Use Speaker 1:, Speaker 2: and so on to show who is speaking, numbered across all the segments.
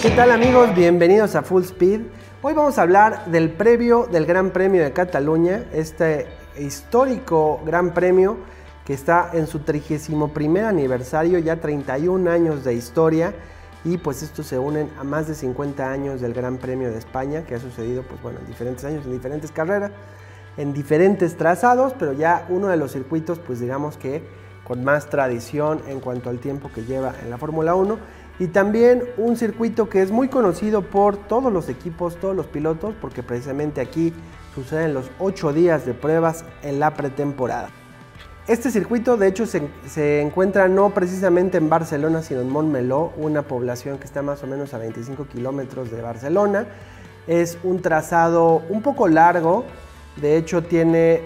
Speaker 1: ¿Qué tal amigos? Bienvenidos a Full Speed. Hoy vamos a hablar del previo del Gran Premio de Cataluña, este histórico Gran Premio que está en su 31º aniversario, ya 31 años de historia, y pues estos se unen a más de 50 años del Gran Premio de España, que ha sucedido pues bueno, en diferentes años, en diferentes carreras, en diferentes trazados, pero ya uno de los circuitos pues digamos que con más tradición en cuanto al tiempo que lleva en la Fórmula 1, y también un circuito que es muy conocido por todos los equipos, todos los pilotos, porque precisamente aquí suceden los 8 días de pruebas en la pretemporada. Este circuito de hecho se encuentra no precisamente en Barcelona, sino en Montmeló, una población que está más o menos a 25 kilómetros de Barcelona. Es un trazado un poco largo, de hecho tiene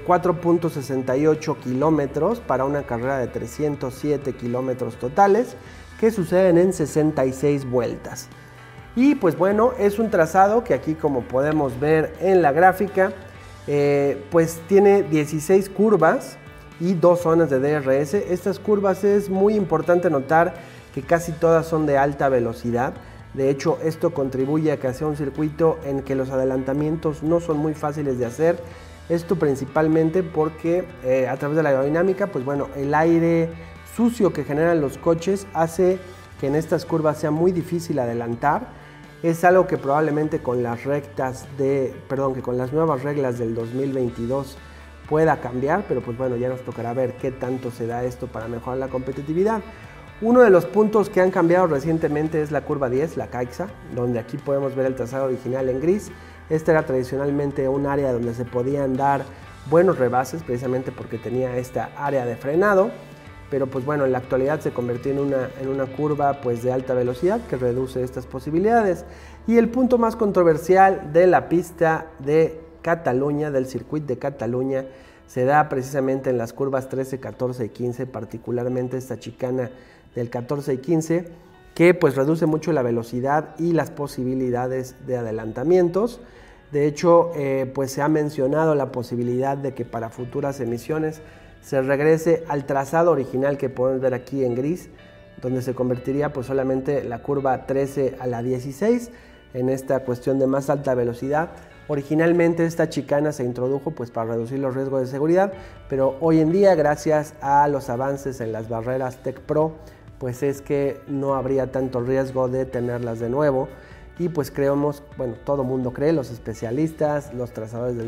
Speaker 1: 4.68 kilómetros para una carrera de 307 kilómetros totales, que suceden en 66 vueltas. Y pues bueno, es un trazado que aquí, como podemos ver en la gráfica, pues tiene 16 curvas y 2 zonas de DRS. Estas curvas es muy importante notar que casi todas son de alta velocidad. De hecho, esto contribuye a que sea un circuito en que los adelantamientos no son muy fáciles de hacer. Esto principalmente porque a través de la aerodinámica, pues bueno, el aire sucio que generan los coches hace que en estas curvas sea muy difícil adelantar. Es algo que probablemente con las con las nuevas reglas del 2022 pueda cambiar, pero pues bueno, ya nos tocará ver qué tanto se da esto para mejorar la competitividad. Uno de los puntos que han cambiado recientemente es la curva 10, la Caixa, donde aquí podemos ver el trazado original en gris. Este era tradicionalmente un área donde se podían dar buenos rebases, precisamente porque tenía esta área de frenado, pero pues bueno, en la actualidad se convirtió en una curva pues de alta velocidad que reduce estas posibilidades. Y el punto más controversial de la pista de Cataluña, del circuito de Cataluña, se da precisamente en las curvas 13, 14 y 15, particularmente esta chicana del 14 y 15, que pues reduce mucho la velocidad y las posibilidades de adelantamientos. De hecho, pues se ha mencionado la posibilidad de que para futuras emisiones se regrese al trazado original que podemos ver aquí en gris, donde se convertiría pues solamente la curva 13 a la 16 en esta cuestión de más alta velocidad. Originalmente esta chicana se introdujo pues para reducir los riesgos de seguridad, pero hoy en día, gracias a los avances en las barreras Tech Pro, pues es que no habría tanto riesgo de tenerlas de nuevo. Y pues creemos, bueno, todo mundo cree, los especialistas, los trazadores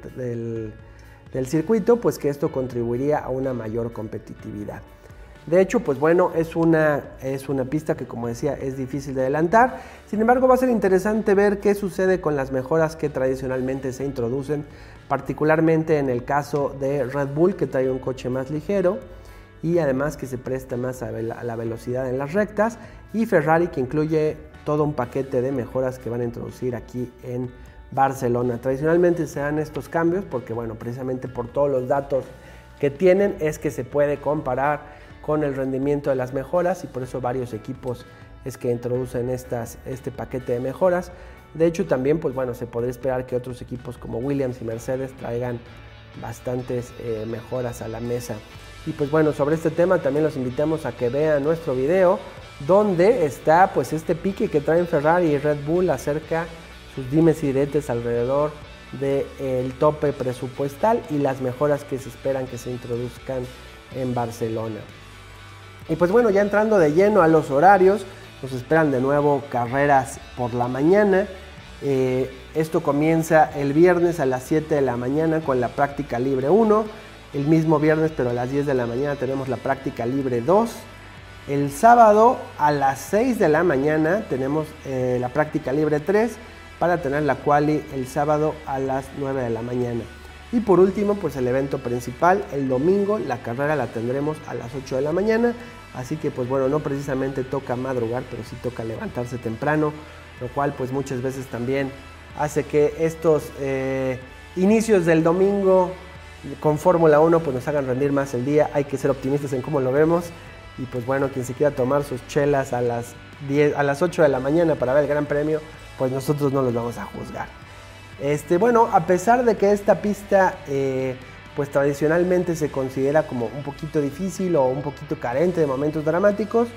Speaker 1: del circuito, pues que esto contribuiría a una mayor competitividad. De hecho, pues bueno, es una pista que, como decía, es difícil de adelantar. Sin embargo, va a ser interesante ver qué sucede con las mejoras que tradicionalmente se introducen, particularmente en el caso de Red Bull, que trae un coche más ligero y además que se presta más a la velocidad en las rectas, y Ferrari, que incluye todo un paquete de mejoras que van a introducir aquí en Barcelona. Tradicionalmente se dan estos cambios porque, bueno, precisamente por todos los datos que tienen es que se puede comparar con el rendimiento de las mejoras, y por eso varios equipos es que introducen este paquete de mejoras. De hecho, también pues bueno, se podría esperar que otros equipos como Williams y Mercedes traigan bastantes mejoras a la mesa. Y pues bueno, sobre este tema también los invitamos a que vean nuestro video, donde está pues este pique que traen Ferrari y Red Bull acerca sus dimes y diretes alrededor del tope presupuestal y las mejoras que se esperan que se introduzcan en Barcelona. Y pues bueno, ya entrando de lleno a los horarios, nos esperan de nuevo carreras por la mañana. Esto comienza el viernes a las 7 de la mañana con la práctica libre 1. El mismo viernes, pero a las 10 de la mañana, tenemos la práctica libre 2. El sábado a las 6 de la mañana tenemos la práctica libre 3 para tener la quali el sábado a las 9 de la mañana. Y por último, pues el evento principal, el domingo, la carrera la tendremos a las 8 de la mañana. Así que pues bueno, no precisamente toca madrugar, pero sí toca levantarse temprano, lo cual pues muchas veces también hace que estos inicios del domingo con Fórmula 1 pues nos hagan rendir más el día. Hay que ser optimistas en cómo lo vemos. Y pues bueno, quien se quiera tomar sus chelas a las 8 de la mañana para ver el Gran Premio, pues nosotros no los vamos a juzgar. Bueno, a pesar de que esta pista pues tradicionalmente se considera como un poquito difícil o un poquito carente de momentos dramáticos,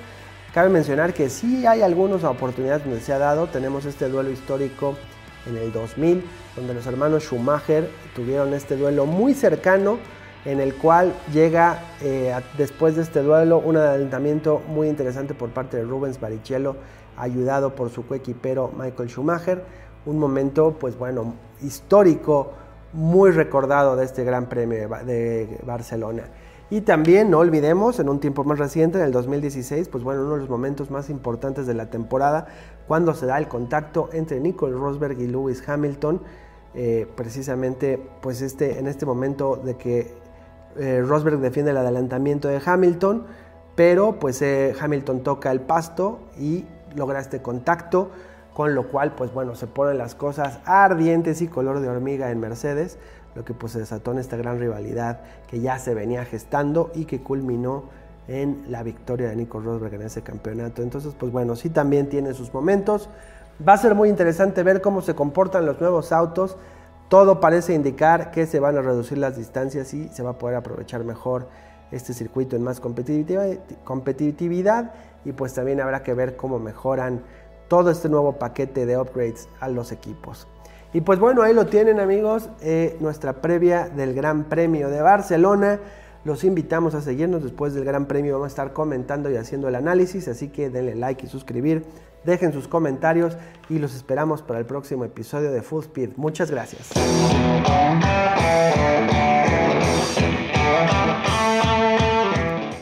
Speaker 1: Cabe mencionar que sí hay algunas oportunidades donde se ha dado. Tenemos este duelo histórico en el 2000, donde los hermanos Schumacher tuvieron este duelo muy cercano, en el cual llega después de este duelo un adelantamiento muy interesante por parte de Rubens Barrichello, ayudado por su coequipero Michael Schumacher. Un momento, pues bueno, histórico, muy recordado de este Gran Premio de Barcelona. Y también no olvidemos, en un tiempo más reciente, en el 2016, pues bueno, uno de los momentos más importantes de la temporada, cuando se da el contacto entre Nico Rosberg y Lewis Hamilton, precisamente pues en este momento de que Rosberg defiende el adelantamiento de Hamilton, pero pues Hamilton toca el pasto y logra este contacto, con lo cual pues bueno, se ponen las cosas ardientes y color de hormiga en Mercedes, lo que pues se desató en esta gran rivalidad que ya se venía gestando y que culminó en la victoria de Nico Rosberg en ese campeonato. Entonces pues bueno, sí también tiene sus momentos. Va a ser muy interesante ver cómo se comportan los nuevos autos. Todo parece indicar que se van a reducir las distancias y se va a poder aprovechar mejor este circuito en más competitividad, y pues también habrá que ver cómo mejoran todo este nuevo paquete de upgrades a los equipos. Y pues bueno, ahí lo tienen, amigos, nuestra previa del Gran Premio de Barcelona. Los invitamos a seguirnos después del Gran Premio, vamos a estar comentando y haciendo el análisis, así que denle like y suscribir, dejen sus comentarios y los esperamos para el próximo episodio de Full Speed. Muchas gracias.